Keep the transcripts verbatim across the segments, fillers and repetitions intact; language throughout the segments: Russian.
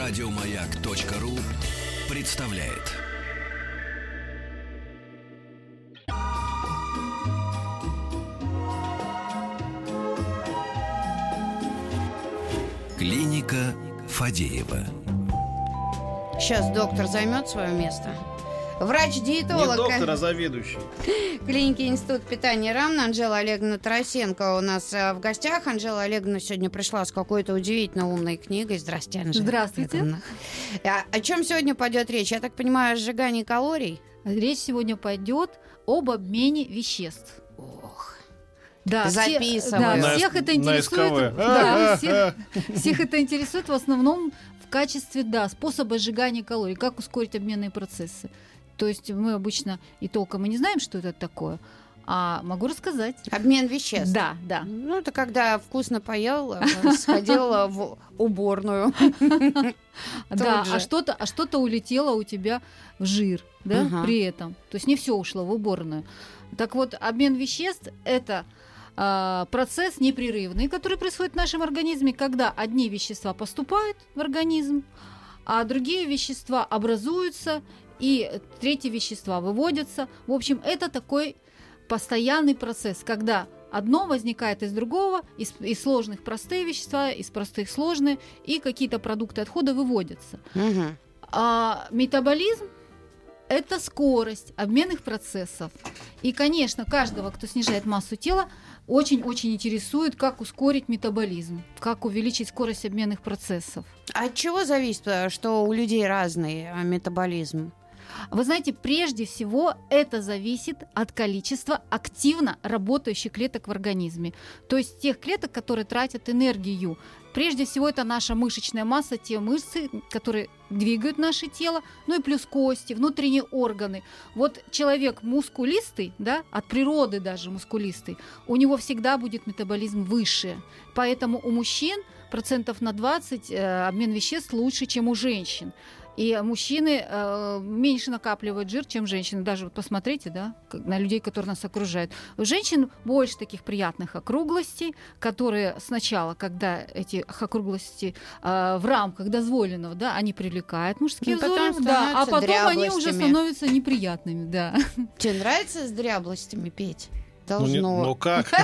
Радиомаяк.ру представляет. Клиника Фадеева. Сейчас доктор займет свое место. Врач-диетолог. Не доктор, а заведующий. Клиники Институт питания РАМН Анжела Олеговна Тарасенко у нас в гостях. Анжела Олеговна сегодня пришла с какой-то удивительно умной книгой. Здравствуйте, Анжела. Здравствуйте. А, о чем сегодня пойдет речь? Я так понимаю, о сжигании калорий? Речь сегодня пойдет об обмене веществ. Ох. Да, записываю. Да, На, всех это на интересует. Да, всех, всех это интересует в основном в качестве да, способа сжигания калорий, как ускорить обменные процессы. То есть мы обычно и толком и не знаем, что это такое, а могу рассказать. Обмен веществ. Да, да. Ну, это когда вкусно поел, сходила в уборную. Да, а что-то, а что-то улетело у тебя в жир, да, при этом. То есть не все ушло в уборную. Так вот, обмен веществ – это э, процесс непрерывный, который происходит в нашем организме, когда одни вещества поступают в организм, а другие вещества образуются, и третьи вещества выводятся. В общем, это такой постоянный процесс, когда одно возникает из другого, из, из сложных простые вещества, из простых сложные, и какие-то продукты отхода выводятся. Угу. А метаболизм – это скорость обменных процессов. И, конечно, каждого, кто снижает массу тела, очень-очень интересует, как ускорить метаболизм, как увеличить скорость обменных процессов. А от чего зависит, что у людей разный метаболизм? Вы знаете, прежде всего это зависит от количества активно работающих клеток в организме. То есть тех клеток, которые тратят энергию. Прежде всего это наша мышечная масса, те мышцы, которые двигают наше тело, ну и плюс кости, внутренние органы. Вот человек мускулистый, да, от природы даже мускулистый, у него всегда будет метаболизм выше. Поэтому у мужчин процентов на двадцать э, обмен веществ лучше, чем у женщин. И мужчины э, меньше накапливают жир, чем женщины. Даже вот посмотрите, да, на людей, которые нас окружают. У женщин больше таких приятных округлостей, которые сначала, когда эти округлости э, в рамках дозволенного, да, они привлекают мужские взоры, да, а потом они уже становятся неприятными, да. Тебе нравится с дряблостями петь? Должно. Ну, не, ну как?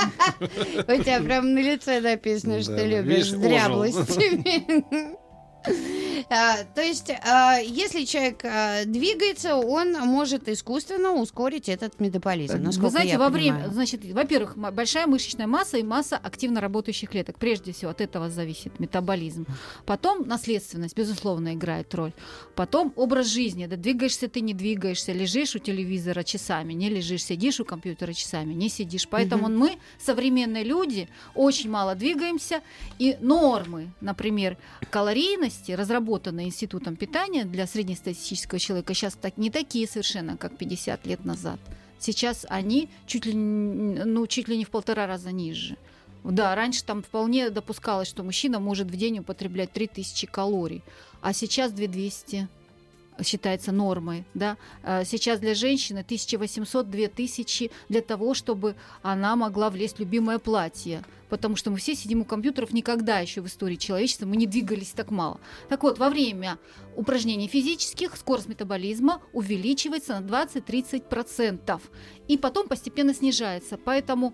У тебя прям на лице написано, что любишь с дряблостями. А, то есть, а, если человек а, двигается, он может искусственно ускорить этот метаболизм. Вы знаете, во время, значит, во-первых, большая мышечная масса и масса активно работающих клеток. Прежде всего, от этого зависит метаболизм. Потом наследственность, безусловно, играет роль. Потом образ жизни. Да, двигаешься ты, не двигаешься, лежишь у телевизора часами, не лежишь, сидишь у компьютера часами, не сидишь. Поэтому угу. мы, современные люди, очень мало двигаемся. И нормы, например, калорийности, разработанные Институтом питания для среднестатистического человека, сейчас так, не такие совершенно, как пятьдесят лет назад. Сейчас они чуть ли, ну, чуть ли не в полтора раза ниже. Да, раньше там вполне допускалось, что мужчина может в день употреблять три тысячи калорий, а сейчас две тысячи двести считается нормой. Да? Сейчас для женщины тысяча восемьсот - две тысячи для того, чтобы она могла влезть в любимое платье. Потому что мы все сидим у компьютеров, никогда еще в истории человечества мы не двигались так мало. Так вот, во время упражнений физических скорость метаболизма увеличивается на двадцать-тридцать процентов и потом постепенно снижается. Поэтому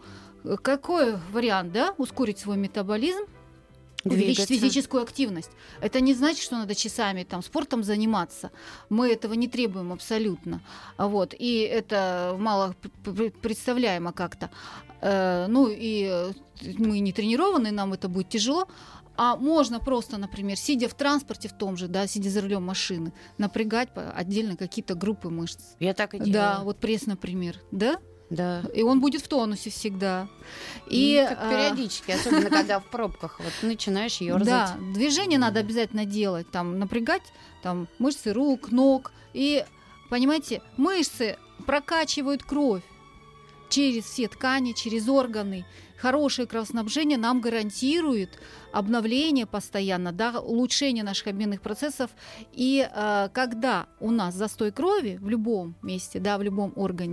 какой вариант, да, ускорить свой метаболизм? Увеличить физическую активность. Это не значит, что надо часами там спортом заниматься. Мы этого не требуем абсолютно. Вот. И это мало представляемо как-то. Э, ну и мы не тренированы, нам это будет тяжело. А можно просто, например, сидя в транспорте в том же, да, сидя за рулем машины, напрягать отдельно какие-то группы мышц. Я так и делаю. Да, вот пресс, например. Да? Да. И он будет в тонусе всегда. И, и как периодически, а... особенно когда в пробках, вот начинаешь ёрзать. Да, движение надо обязательно делать, там напрягать там мышцы рук, ног. И, понимаете, мышцы прокачивают кровь через все ткани, через органы. Хорошее кровоснабжение нам гарантирует обновление постоянно, да, улучшение наших обменных процессов. И э, когда у нас застой крови в любом месте, да, в любом органе,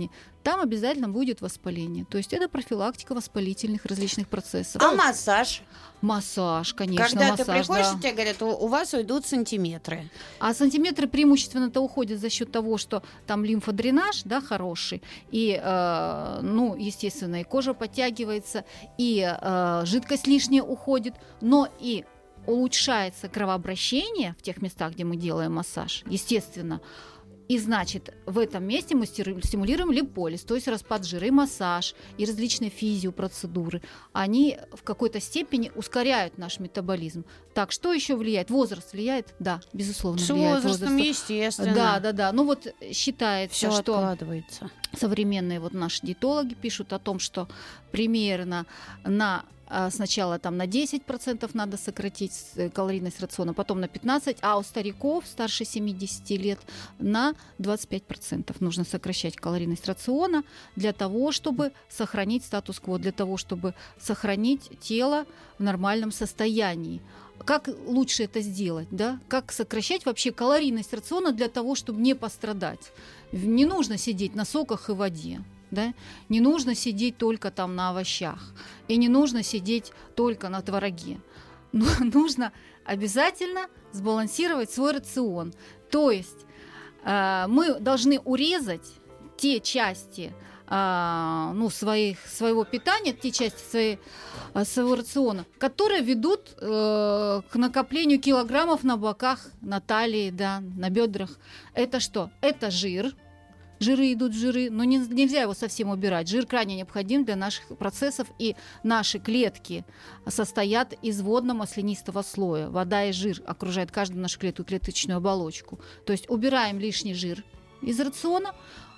там обязательно будет воспаление. То есть это профилактика воспалительных различных процессов. А массаж? Массаж, конечно, Когда массаж, ты приходишь, да. тебе говорят, у, у вас уйдут сантиметры. А сантиметры преимущественно-то уходят за счет того, что там лимфодренаж, да, хороший, и, э, ну, естественно, и кожа подтягивается, и э, жидкость лишняя уходит, но и улучшается кровообращение в тех местах, где мы делаем массаж, естественно. И, значит, в этом месте мы стимулируем липолиз, то есть распад жира, и массаж, и различные физиопроцедуры. Они в какой-то степени ускоряют наш метаболизм. Так, что еще влияет? Возраст влияет? Да, безусловно, С влияет. возрастом, возраст. естественно. Да, да, да. Ну вот считается, Всё что откладывается. современные вот наши диетологи пишут о том, что примерно на сначала там на десять процентов надо сократить калорийность рациона, потом на пятнадцать процентов, а у стариков старше семидесяти лет на двадцать пять процентов нужно сокращать калорийность рациона для того, чтобы сохранить статус-кво, для того, чтобы сохранить тело в нормальном состоянии. Как лучше это сделать, да? Как сокращать вообще калорийность рациона для того, чтобы не пострадать? Не нужно сидеть на соках и воде. Да? Не нужно сидеть только там на овощах, и не нужно сидеть только на твороге. Но нужно обязательно сбалансировать свой рацион. То есть э, мы должны урезать те части э, ну, своих, своего питания, те части своей, э, своего рациона, которые ведут э, к накоплению килограммов на боках, на талии, да, на бедрах. Это что? Это жир. Жиры идут в жиры, но не, нельзя его совсем убирать. Жир крайне необходим для наших процессов, и наши клетки состоят из водно-маслянистого слоя. Вода и жир окружают каждую нашу клетку, клеточную оболочку. То есть убираем лишний жир из рациона,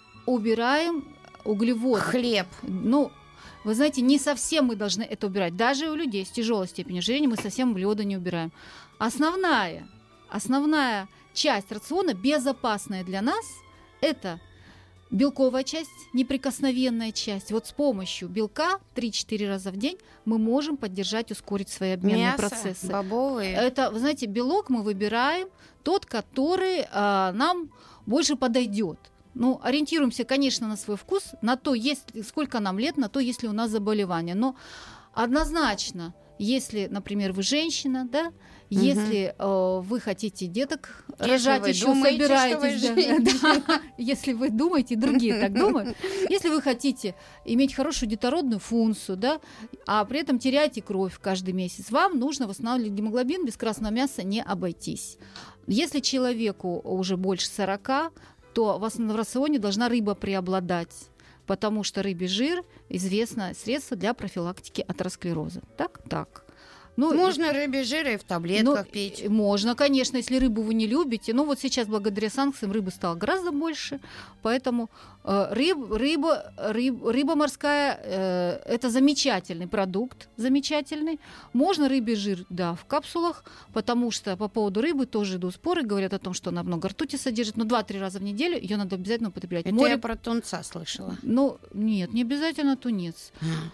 убираем углеводы. Хлеб. Ну, вы знаете, не совсем мы должны это убирать. Даже у людей с тяжелой степенью ожирения мы совсем углеводы не убираем. Основная, основная часть рациона, безопасная для нас, это белковая часть, неприкосновенная часть. Вот с помощью белка три-четыре раза в день мы можем поддержать, ускорить свои обменные Мясо, процессы. бобовые. Это, вы знаете, белок мы выбираем тот, который а, нам больше подойдет. Ну, ориентируемся, конечно, на свой вкус, на то, есть, сколько нам лет, на то, есть ли у нас заболевание. Но однозначно, если, например, вы женщина, да, Угу. Если э, вы хотите деток если рожать, вы еще думаете, собираетесь, да, да, если вы думаете, другие так думают, если вы хотите иметь хорошую детородную функцию, да, а при этом теряете кровь каждый месяц, вам нужно восстанавливать гемоглобин, без красного мяса не обойтись. Если человеку уже больше сорока, то в рационе должна рыба преобладать, потому что рыбий жир известно средство для профилактики атеросклероза. Так, так. Ну, можно рыбий жир и в таблетках ну, пить. Можно, конечно, если рыбу вы не любите. Но вот сейчас благодаря санкциям рыбы стало гораздо больше. Поэтому э, рыб, рыба, рыб, рыба морская э, – это замечательный продукт, замечательный. Можно рыбий жир, да, в капсулах, потому что по поводу рыбы тоже идут споры, говорят о том, что она много ртути содержит. Но два-три раза в неделю ее надо обязательно употреблять. Это Море... я про тунца слышала. Ну, нет, не обязательно тунец.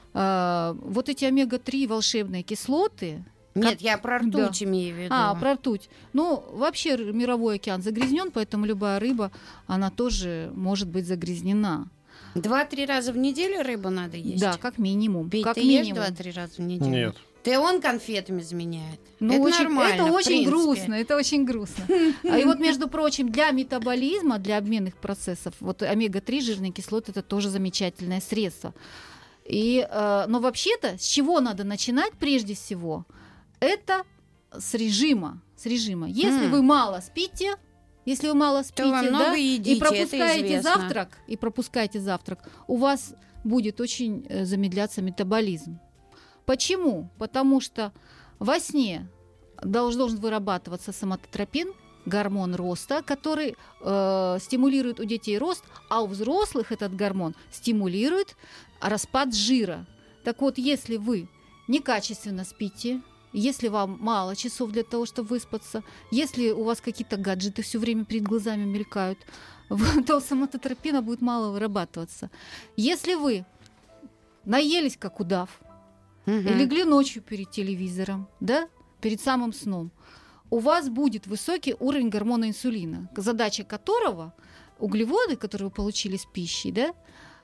а, вот эти омега три волшебные кислоты. Нет, как... я про ртуть да. имею в виду. А, про ртуть. Ну, вообще мировой океан загрязнен, поэтому любая рыба, она тоже может быть загрязнена. Два-три раза в неделю рыбу надо есть? Да, как минимум. Пить как ты минимум. ешь два-три раза в неделю? Нет. Ты он конфетами заменяет. Ну, это очень, нормально, это в очень принципе. грустно, это очень грустно. И вот, между прочим, для метаболизма, для обменных процессов, вот омега три жирные кислоты – это тоже замечательное средство. И, э, но вообще-то, с чего надо начинать прежде всего? Это с режима. С режима. Если Mm. вы мало спите, если вы мало спите, вы много да, едите, и пропускаете это известно. завтрак, и пропускаете завтрак, у вас будет очень э, замедляться метаболизм. Почему? Потому что во сне должен, должен вырабатываться соматотропин, гормон роста, который э, стимулирует у детей рост, а у взрослых этот гормон стимулирует распад жира. Так вот, если вы некачественно спите, если вам мало часов для того, чтобы выспаться, если у вас какие-то гаджеты все время перед глазами мелькают, то соматотропина будет мало вырабатываться. Если вы наелись как удав, Угу. и легли ночью перед телевизором, да, перед самым сном, у вас будет высокий уровень гормона инсулина, задача которого углеводы, которые вы получили с пищей, да,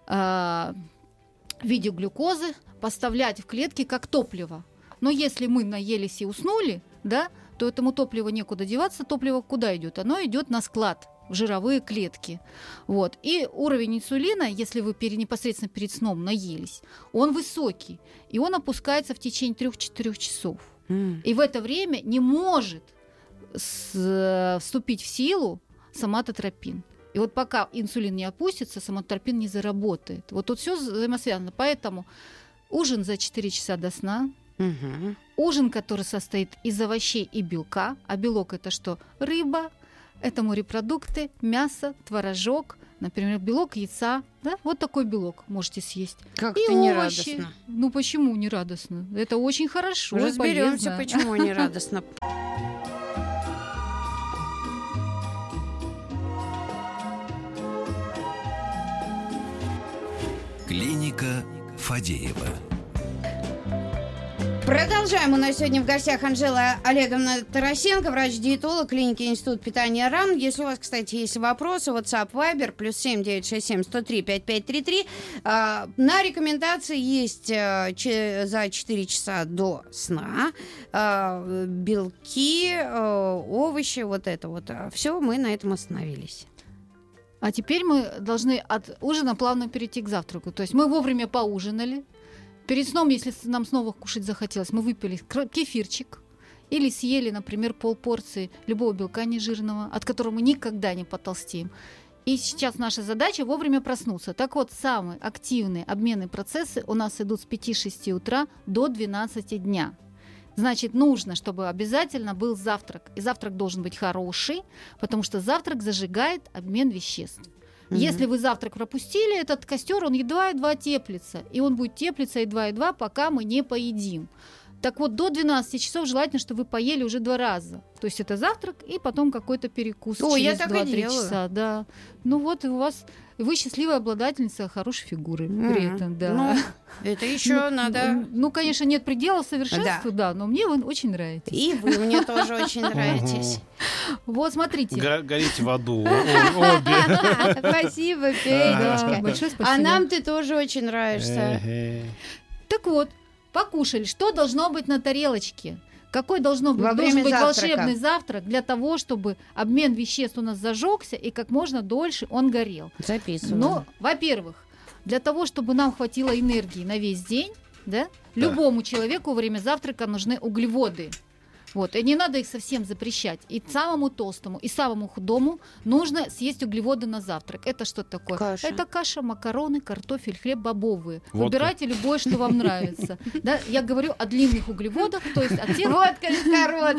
э, в виде глюкозы поставлять в клетки как топливо. Но если мы наелись и уснули, да, то этому топливу некуда деваться. Топливо куда идет? Оно идет на склад, в жировые клетки. Вот. И уровень инсулина, если вы пере, непосредственно перед сном наелись, он высокий. И он опускается в течение трех-четырех часов. Mm. И в это время не может с, вступить в силу соматотропин. И вот пока инсулин не опустится, соматотропин не заработает. Вот тут все взаимосвязано. Поэтому ужин за четыре часа до сна, угу. ужин, который состоит из овощей и белка, а белок это что? Рыба, это морепродукты, мясо, творожок, например, белок яйца, да? Вот такой белок можете съесть. Как-то не радостно. Ну почему не радостно? Это очень хорошо. Разберемся, почему не радостно. Клиника Фадеева. Продолжаем. У нас сегодня в гостях Анжела Олеговна Тарасенко, врач-диетолог клиники Институт питания РАН. Если у вас, кстати, есть вопросы, WhatsApp, Viber, плюс семь девятьсот шестьдесят семь сто три пятьдесят пять тридцать три. На рекомендации есть за четыре часа до сна белки, овощи, вот это вот. Все, мы на этом остановились. А теперь мы должны от ужина плавно перейти к завтраку. То есть мы вовремя поужинали. Перед сном, если нам снова кушать захотелось, мы выпили кефирчик или съели, например, полпорции любого белка нежирного, от которого мы никогда не потолстеем. И сейчас наша задача вовремя проснуться. Так вот, самые активные обменные процессы у нас идут с пяти-шести утра до двенадцати дня. Значит, нужно, чтобы обязательно был завтрак. И завтрак должен быть хороший, потому что завтрак зажигает обмен веществ. Mm-hmm. Если вы завтрак пропустили, этот костер, он едва-едва теплится. И он будет теплиться едва-едва, пока мы не поедим. Так вот, до двенадцати часов желательно, чтобы вы поели уже два раза. То есть это завтрак и потом какой-то перекус. О, через я так два-три и делаю. Часа. Да. Ну вот, и у вас... Вы счастливая обладательница хорошей фигуры mm-hmm. при этом, да. Ну, это еще ну, надо... Ну, конечно, нет предела совершенству, да. да, но мне вы очень нравитесь. И вы мне тоже очень нравитесь. Вот, смотрите. Горите в аду обе. Спасибо, Петечка. Большое спасибо. А нам ты тоже очень нравишься. Так вот, покушали. Что должно быть на тарелочке? Какой должно быть, Во должен время быть завтрака. волшебный завтрак для того, чтобы обмен веществ у нас зажегся и как можно дольше он горел? Записываем. Но, во-первых, для того, чтобы нам хватило энергии на весь день, да, да. любому человеку во время завтрака нужны углеводы. Вот, и не надо их совсем запрещать. И самому толстому, и самому худому нужно съесть углеводы на завтрак. Это что такое? Каша. Это каша, макароны, картофель, хлеб, бобовые. Водка. Выбирайте любое, что вам нравится. Да, я говорю о длинных углеводах, то есть о тех... Водка с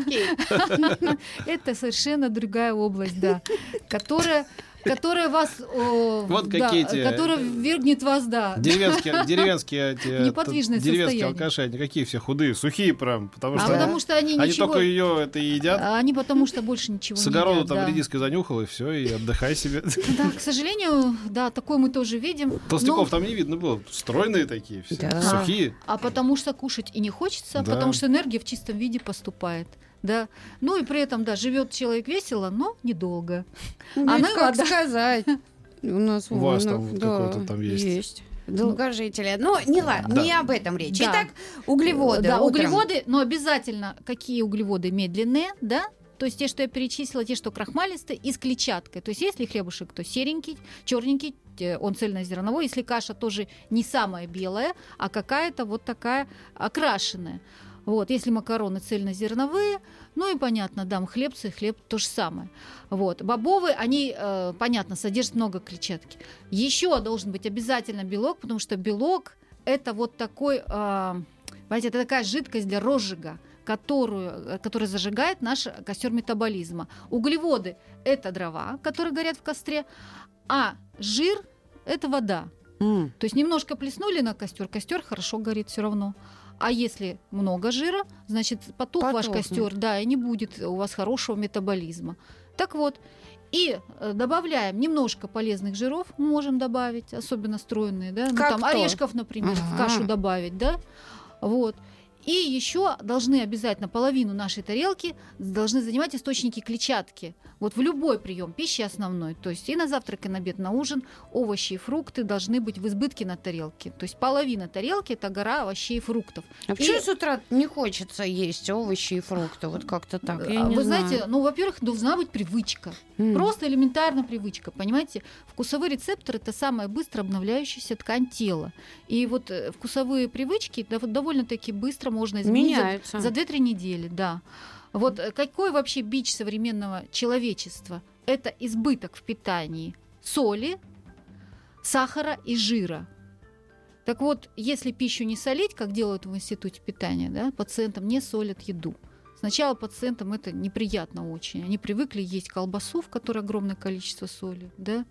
короткий. Это совершенно другая область, да, которая... Которая вас... О, вот да, какие эти... Которая ввергнет вас, да. Деревенские, деревенские эти... Неподвижное деревенские состояние. алкаши, они какие все худые, сухие прям, потому А что... потому что они, Они ничего... только ее это и едят. Они потому что больше ничего С не едят. огорода там да. редиской занюхал, и все, и отдыхай себе. Да, к сожалению, да, такое мы тоже видим. Толстяков но... там не видно было, стройные такие все, Да. сухие. А потому что кушать и не хочется, Да. потому что энергия в чистом виде поступает. Да. Ну и при этом, да, живет человек весело, но недолго. Ну, Она как вода. сказать? У нас У вас воинов, там да, какой-то там есть. есть. Долгожители. Но не ладно, Да. не об этом речь. Да. Итак, углеводы. Да, утром. углеводы, но обязательно какие углеводы медленные, да? То есть те, что я перечислила, те, что крахмалистые, и с клетчаткой. То есть если хлебушек, то серенький, черненький, он цельнозерновой. Если каша тоже не самая белая, а какая-то вот такая окрашенная. Вот, если макароны цельнозерновые, ну и понятно, дам хлебцы, хлеб то же самое. Вот, бобовые, они, э, понятно, содержат много клетчатки. Еще должен быть обязательно белок, потому что белок это вот такой, э, понимаете, это такая жидкость для розжига, которую, которая зажигает наш костер метаболизма. Углеводы это дрова, которые горят в костре, а жир это вода. М. То есть немножко плеснули на костер, костер хорошо горит все равно. А если много жира, значит, потух ваш Потухнет. костер, да, и не будет у вас хорошего метаболизма. Так вот, и э, добавляем немножко полезных жиров, можем добавить, особенно стройные, да, ну, Как там то? орешков, например, в Ага. кашу добавить, да, вот. И еще должны обязательно половину нашей тарелки должны занимать источники клетчатки. Вот в любой прием пищи основной, то есть и на завтрак, и на обед, на ужин, овощи и фрукты должны быть в избытке на тарелке. То есть половина тарелки – это гора овощей и фруктов. А почему И- с утра не хочется есть овощи и фрукты? Вот как-то так. Я А не Вы знаю. знаете, ну, во-первых, должна быть привычка. М. Просто элементарно привычка, понимаете? Вкусовой рецептор – это самая быстро обновляющаяся ткань тела. И вот э, вкусовые привычки да, вот довольно-таки быстро можно изменить за- Меняются. за две-три недели, да. Вот э, какой вообще бич современного человечества? Это избыток в питании соли, сахара и жира. Так вот, если пищу не солить, как делают в институте питания, да, пациентам не солят еду. Сначала пациентам это неприятно очень. Они привыкли есть колбасу, в которой огромное количество соли, да,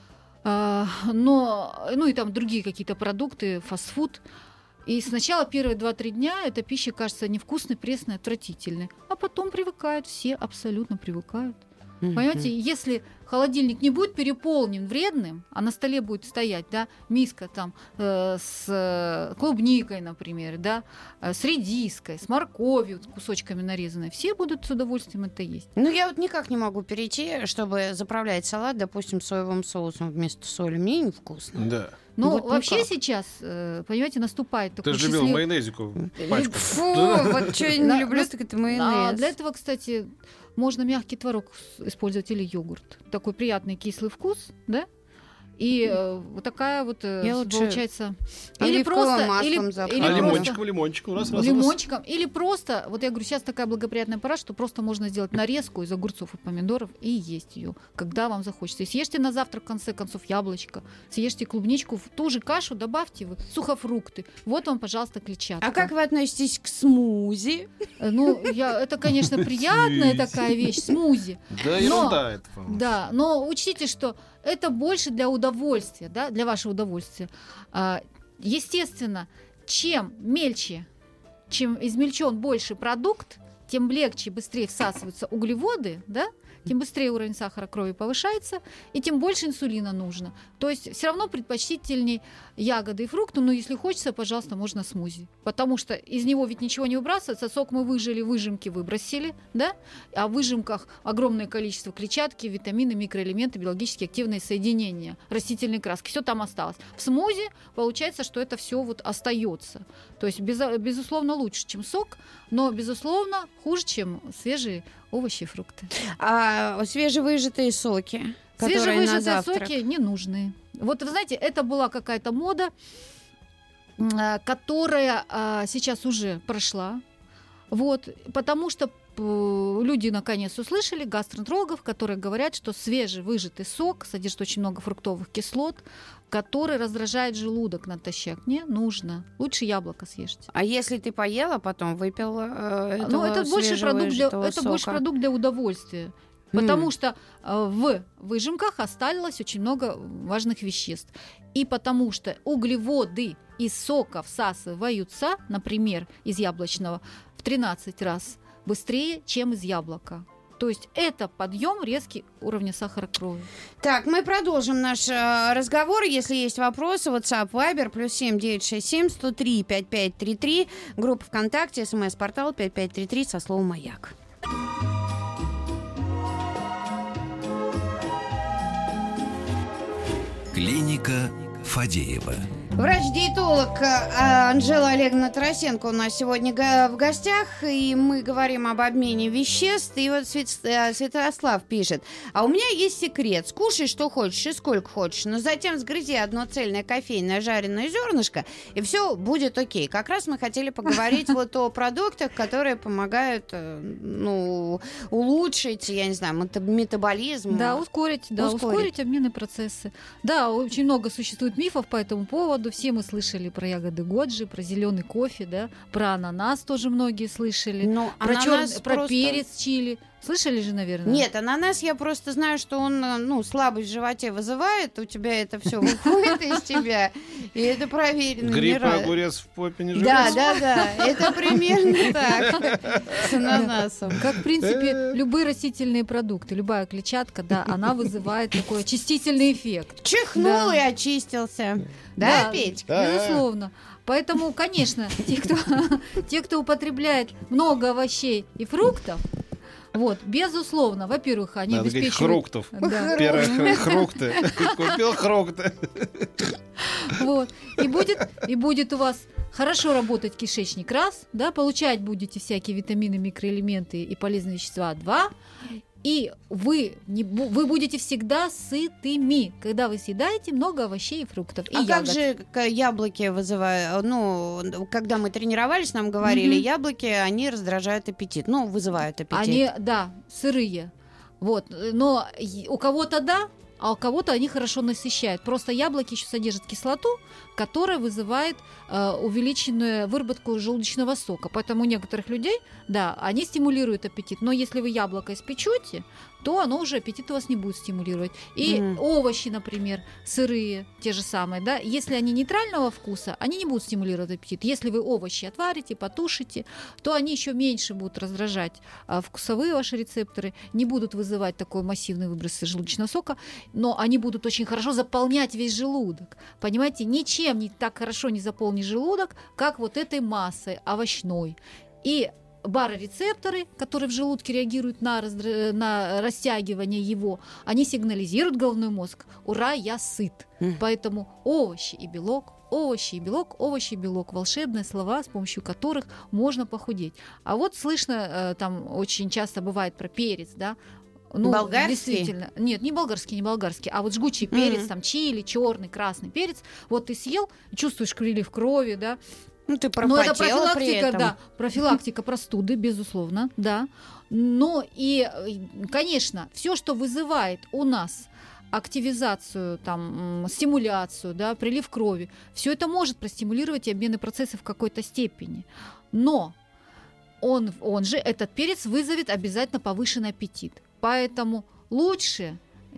А, но, ну и там другие какие-то продукты, фастфуд. И сначала первые два-три дня эта пища кажется невкусной, пресной, отвратительной. А потом привыкают, все абсолютно привыкают. Мгм. Понимаете, если холодильник не будет переполнен вредным, а на столе будет стоять, да, миска там э, с э, клубникой, например, да, э, с редиской, с морковью, с кусочками нарезанной, все будут с удовольствием это есть. Ну, я вот никак не могу перейти, чтобы заправлять салат, допустим, соевым соусом вместо соли. Мне невкусно. Да. Но Вот вообще никак. сейчас, э, понимаете, наступает Ты такой же любил счастлив- майонезику пачку. Фу, Да. вот что я не На- люблю, на- так это А майонез. для этого, кстати, можно мягкий творог с- использовать или йогурт. Такой приятный кислый вкус, да? И э, вот такая вот э, Я лучше получается... оливковым маслом или, запью. или А просто- лимончиком, лимончиком, раз, раз, раз. лимончиком, или просто, вот я говорю, сейчас такая благоприятная пора, что просто можно сделать нарезку из огурцов и помидоров и есть ее, когда вам захочется. И съешьте на завтрак, в конце концов, яблочко, съешьте клубничку, в ту же кашу добавьте вы сухофрукты. Вот вам, пожалуйста, клетчатка. А как вы относитесь к смузи? Э, Ну, я, это, конечно, приятная такая вещь, смузи. Да, ерунда это, по-моему. Да, но учтите, что это больше для удовольствия, да, для вашего удовольствия. А, Естественно, чем мельче, чем измельчен больше продукт, тем легче и быстрее всасываются углеводы, да, тем быстрее уровень сахара крови повышается, и тем больше инсулина нужно. То есть все равно предпочтительней ягоды и фрукты, но если хочется, пожалуйста, можно смузи. Потому что из него ведь ничего не выбрасывается, сок мы выжили, выжимки выбросили, да? А в выжимках огромное количество клетчатки, витамины, микроэлементы, биологически активные соединения, растительные краски, все там осталось. В смузи получается, что это все вот остается. То есть, безо- безусловно, лучше, чем сок, но, безусловно, хуже, чем свежие овощи и фрукты. А свежевыжатые соки, которые на Свежевыжатые завтрак. соки не нужны. Вот вы знаете, это была какая-то мода, м, а, которая а, сейчас уже прошла. Вот, потому что п- люди наконец услышали гастроэнтерологов, которые говорят, что свежевыжатый сок содержит очень много фруктовых кислот, который раздражает желудок натощак. Не нужно. Лучше яблоко съешьте. А если ты поела, потом выпил э, этого Ну, это больше продукт для, свежевыжатого это больше сока? продукт для удовольствия. М. Потому что э, в выжимках осталось очень много важных веществ. И потому что углеводы из сока всасываются, например, из яблочного, в тринадцать раз быстрее, чем из яблока. То есть это подъем резкий уровня сахара крови. Так, мы продолжим наш э, разговор. Если есть вопросы, WhatsApp, Viber, плюс семь девятьсот шестьдесят семь сто три пятьдесят пять тридцать три, группа ВКонтакте, смс-портал пять пять три три со словом «Маяк». Клиника Фадеева. Врач-диетолог э, Анжела Олеговна Тарасенко у нас сегодня го- в гостях, и мы говорим об обмене веществ. И вот Свет- э, Святослав пишет: а у меня есть секрет. Скушай, что хочешь и сколько хочешь, но затем сгрызи одно цельное кофейное жареное зернышко, и все будет окей. Как раз мы хотели поговорить вот о продуктах, которые помогают, э, ну, улучшить, я не знаю, мета- метаболизм. Да, ускорить, да, Ускорить. ускорить обменные процессы. Да, очень много существует мифов по этому поводу. Все мы слышали про ягоды годжи, про зеленый кофе, да, про ананас тоже многие слышали, Но про, ананас чёрный- про просто- перец чили. Слышали же, наверное? Нет, ананас я просто знаю, что он, э, ну, слабость в животе вызывает, у тебя это все выходит из тебя, и это проверено. не Гриб и раз. огурец в попе не Да, живет. да, да, это примерно так с ананасом. Как, в принципе, любые растительные продукты, любая клетчатка, да, она вызывает такой очистительный эффект. Чихнул Да. и очистился. Да, Петь? Да. Безусловно. Поэтому, конечно, те, кто, те, кто употребляет много овощей и фруктов, вот, безусловно, во-первых, они Надо обеспечивают... хруктов. Да. Первые хрукты. Купил хрукты. Вот. И будет, и будет у вас хорошо работать кишечник, раз, да, получать будете всякие витамины, микроэлементы и полезные вещества, два, и вы, не, вы будете всегда сытыми, когда вы съедаете много овощей и фруктов. И а ягод. как же к- яблоки вызывают? Ну, когда мы тренировались, нам говорили, Мгм. яблоки, они раздражают аппетит. Ну, вызывают аппетит. Они, да, сырые. Вот. Но и- у кого-то да, а у кого-то они хорошо насыщают. Просто яблоки еще содержат кислоту, которая вызывает э, увеличенную выработку желудочного сока. Поэтому у некоторых людей, да, они стимулируют аппетит. Но если вы яблоко испечете, то оно уже аппетит у вас не будет стимулировать. И Мгм. овощи, например, сырые, те же самые, да, если они нейтрального вкуса, они не будут стимулировать аппетит. Если вы овощи отварите, потушите, то они еще меньше будут раздражать а, вкусовые ваши рецепторы, не будут вызывать такой массивный выброс желудочного сока, но они будут очень хорошо заполнять весь желудок. Понимаете, ничем не так хорошо не заполнить желудок, как вот этой массой овощной. И барорецепторы, которые в желудке реагируют на, раздра... на растягивание его, они сигнализируют головной мозг: ура, я сыт. Мгм. Поэтому овощи и белок, овощи и белок, овощи и белок — волшебные слова, с помощью которых можно похудеть. А вот слышно, э, там очень часто бывает про перец, да. Ну, Болгарский? действительно. Нет, не болгарский, не болгарский, а вот жгучий перец, Мгм. там чили, черный, красный перец. Вот ты съел, чувствуешь прилив крови, да. Ну, ты Но это пропотела при профилактика, этом. да, профилактика простуды, безусловно, да. Но и, э, конечно, все, что вызывает у нас активизацию, там, м, стимуляцию, да, прилив крови, все это может простимулировать и обменные процессы в какой-то степени. Но он, он же, этот перец, вызовет обязательно повышенный аппетит. Поэтому лучше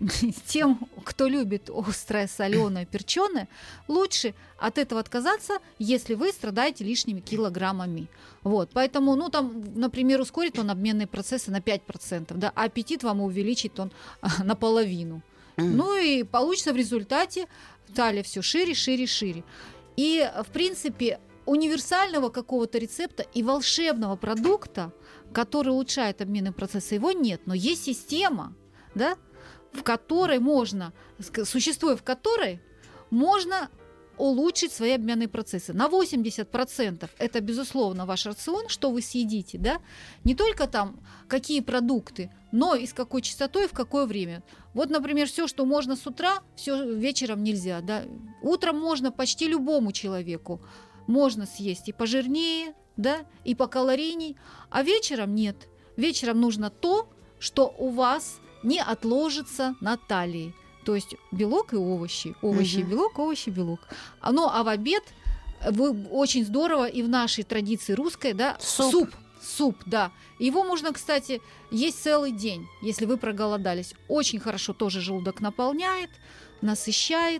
тем, кто любит острое, соленое, перченое, лучше от этого отказаться, если вы страдаете лишними килограммами. Вот, поэтому, ну, там, например, ускорит он обменные процессы на пять процентов, да, а аппетит вам увеличит он наполовину. Мгм. Ну и получится в результате талия все шире, шире, шире. И, в принципе, универсального какого-то рецепта и волшебного продукта, который улучшает обменные процессы, его нет. Но есть система, да, в которой можно, существуя в которой можно улучшить свои обменные процессы. На восемьдесят процентов это, безусловно, ваш рацион, что вы съедите, да, не только там какие продукты, но и с какой частотой и в какое время. Вот, например, все, что можно с утра, все вечером нельзя, да. Утром можно почти любому человеку, можно съесть и пожирнее, да, и покалорийней, а вечером нет. Вечером нужно то, что у вас не отложится на талии. То есть белок и овощи. Овощи и Мгм. белок, овощи и белок. А, ну, а в обед вы, очень здорово и в нашей традиции русской, да, Суп. суп. Суп, да. Его можно, кстати, есть целый день, если вы проголодались. Очень хорошо тоже желудок наполняет, насыщает.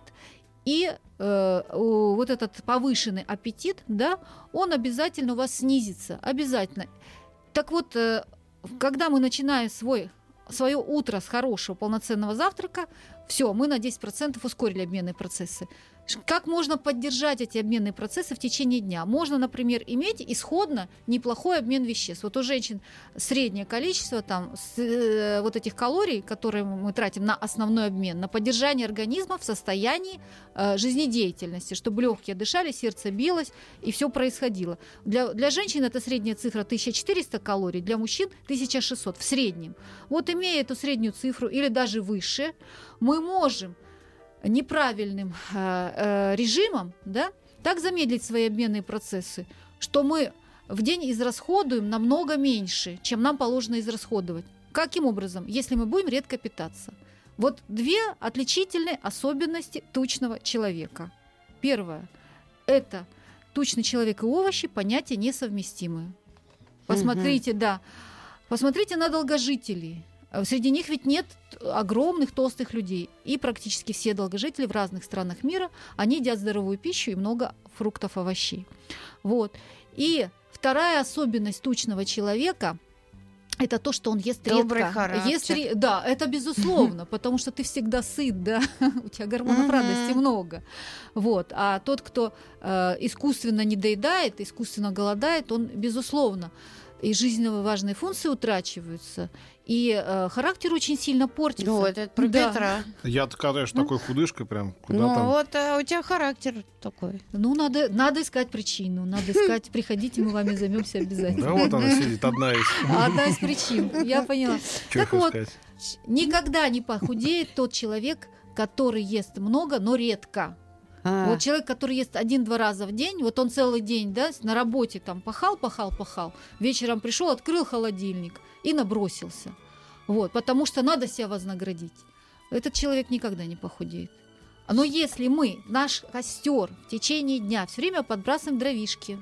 И э, у- вот этот повышенный аппетит, да, он обязательно у вас снизится. Обязательно. Так вот, э, когда мы начинаем свой, свое утро с хорошего полноценного завтрака, все, мы на десять процентов ускорили обменные процессы. Ш- Как можно поддержать эти обменные процессы в течение дня? Можно, например, иметь исходно неплохой обмен веществ. Вот у женщин среднее количество там, с, э, вот этих калорий, которые мы тратим на основной обмен, на поддержание организма в состоянии э, жизнедеятельности, чтобы легкие дышали, сердце билось и все происходило. Для, для женщин это средняя цифра тысяча четыреста калорий, для мужчин тысяча шестьсот в среднем. Вот имея эту среднюю цифру или даже выше, мы можем неправильным э, э, режимом, да, так замедлить свои обменные процессы, что мы в день израсходуем намного меньше, чем нам положено израсходовать. Каким образом? Если мы будем редко питаться. Вот две отличительные особенности тучного человека. Первое – это тучный человек и овощи – понятия несовместимые. Посмотрите, да, посмотрите на долгожителей. Среди них ведь нет огромных толстых людей. И практически все долгожители в разных странах мира, они едят здоровую пищу и много фруктов, овощей. Вот. И вторая особенность тучного человека это то, что он ест Добрый редко. характер. Ест ре- да, это безусловно, потому что ты всегда сыт, да, у тебя гормонов радости много. Вот. А тот, кто э, искусственно недоедает, искусственно голодает, он, безусловно, и жизненно важные функции утрачиваются, и э, характер очень сильно портится. Ну, вот это про Да. Петра. Я-то, конечно, такой худышкой прям. Куда Ну, там? вот а у тебя характер такой. Ну, надо, надо искать причину, надо искать, приходите, мы вами займемся обязательно. Да вот она сидит, одна из. Одна из причин, я поняла. Чё Так их вот, искать? никогда не похудеет тот человек, который ест много, но редко. А, Вот человек, который ест один-два раза в день, вот он целый день, да, на работе там пахал, пахал, пахал, вечером пришел, открыл холодильник и набросился. Вот, потому что надо себя вознаградить. Этот человек никогда не похудеет. Но если мы наш костер в течение дня все время подбрасываем дровишки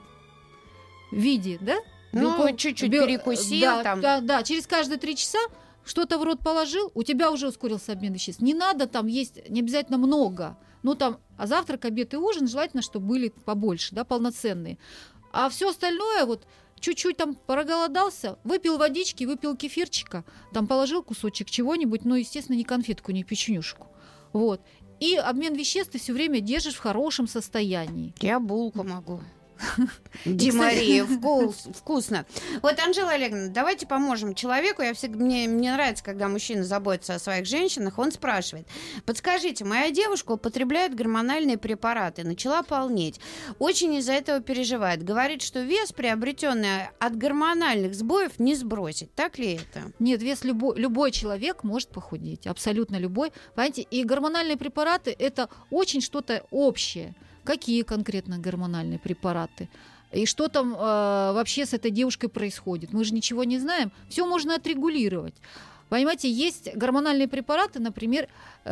в виде, да? Ну, белков- чуть-чуть бел- перекусил да, там. Да, да, через каждые три часа что-то в рот положил, у тебя уже ускорился обмен веществ. Не надо там есть, не обязательно много. Ну там, а завтрак, обед и ужин желательно, чтобы были побольше, да, полноценные. А все остальное вот чуть-чуть там проголодался, выпил водички, выпил кефирчика, там положил кусочек чего-нибудь, ну, естественно, не конфетку, не печенюшку. Вот. И обмен веществ ты все время держишь в хорошем состоянии. Я булку могу. Димария, вкус, вкусно. Вот, Анжела Олеговна, давайте поможем человеку. Я всегда, мне, мне нравится, когда мужчина заботится о своих женщинах. Он спрашивает: подскажите, моя девушка употребляет гормональные препараты, начала полнеть, очень из-за этого переживает. Говорит, что вес, приобретенный от гормональных сбоев, не сбросить. Так ли это? Нет, вес любой, любой человек может похудеть, абсолютно любой. Понимаете, и гормональные препараты – это очень что-то общее. Какие конкретно гормональные препараты? И что там э, вообще с этой девушкой происходит? Мы же ничего не знаем. Все можно отрегулировать. Понимаете, есть гормональные препараты, например,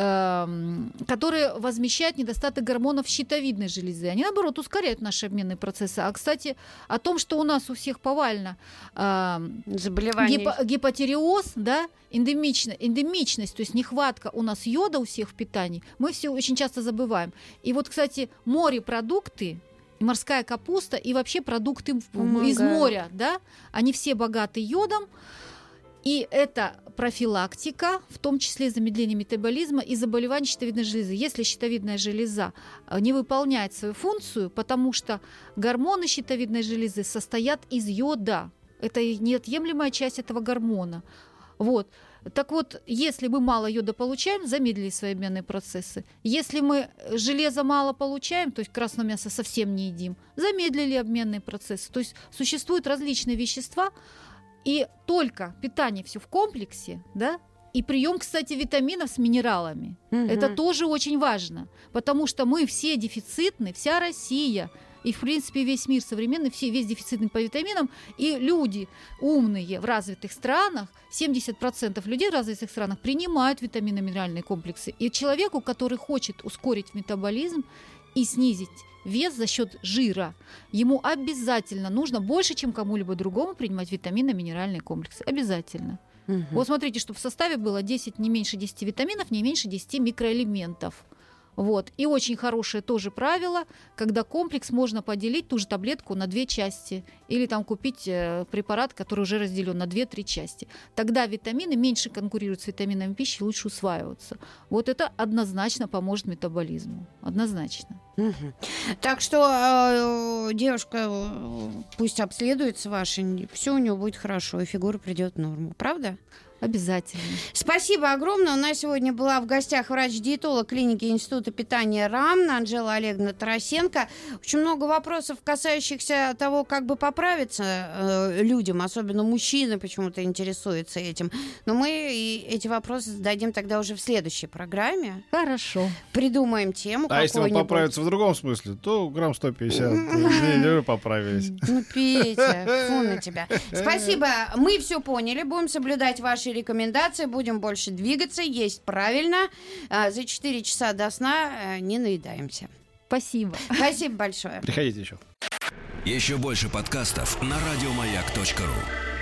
э, которые возмещают недостаток гормонов щитовидной железы. Они, наоборот, ускоряют наши обменные процессы. А, кстати, о том, что у нас у всех повально э, Заболевание. гипо- гипотиреоз, да, эндемично, эндемичность, то есть нехватка у нас йода у всех в питании, мы все очень часто забываем. И вот, кстати, морепродукты, и морская капуста, и вообще продукты в- Помогает. из моря, да, они все богаты йодом. И это профилактика, в том числе замедление метаболизма и заболеваний щитовидной железы. Если щитовидная железа не выполняет свою функцию, потому что гормоны щитовидной железы состоят из йода. Это неотъемлемая часть этого гормона. Вот. Так вот, если мы мало йода получаем, замедлили свои обменные процессы. Если мы железа мало получаем, то есть красного мяса совсем не едим, замедлили обменные процессы. То есть существуют различные вещества, и только питание все в комплексе, да, и прием, кстати, витаминов с минералами. Мгм. Это тоже очень важно, потому что мы все дефицитны, вся Россия и, в принципе, весь мир современный, все, весь дефицитный по витаминам, и люди умные в развитых странах, семьдесят процентов людей в развитых странах принимают витаминно-минеральные комплексы. И человеку, который хочет ускорить метаболизм и снизить вес за счет жира, ему обязательно нужно больше, чем кому-либо другому, принимать витаминно-минеральные комплексы. Обязательно. Мгм. Вот смотрите, чтобы в составе было десять, не меньше десяти витаминов, не меньше десяти микроэлементов. Вот. И очень хорошее тоже правило, когда комплекс можно поделить, ту же таблетку, на две части. Или там купить э, препарат, который уже разделен на две-три части. Тогда витамины меньше конкурируют с витаминами пищи, лучше усваиваются. Вот это однозначно поможет метаболизму. Однозначно. Мгм. Так что э, девушка э, пусть обследуется ваша, все у нее будет хорошо, и фигура придет в норму. Правда? Обязательно. Спасибо огромное. У нас сегодня была в гостях врач-диетолог клиники Института питания РАМ Анжела Олеговна Тарасенко. Очень много вопросов, касающихся того, как бы поправиться э, людям, особенно мужчины почему-то интересуются этим. Но мы и эти вопросы зададим тогда уже в следующей программе. Хорошо. Придумаем тему А если он какую-нибудь. поправится в другом смысле, то грамм сто пятьдесят. Не, вы поправились. Ну, Петя, фу на тебя. Спасибо. Мы все поняли. Будем соблюдать ваши рекомендации. Будем больше двигаться, есть правильно. А, За четыре часа до сна э, не наедаемся. Спасибо. Спасибо большое. Приходите еще. Еще больше подкастов на радиомаяк точка ру.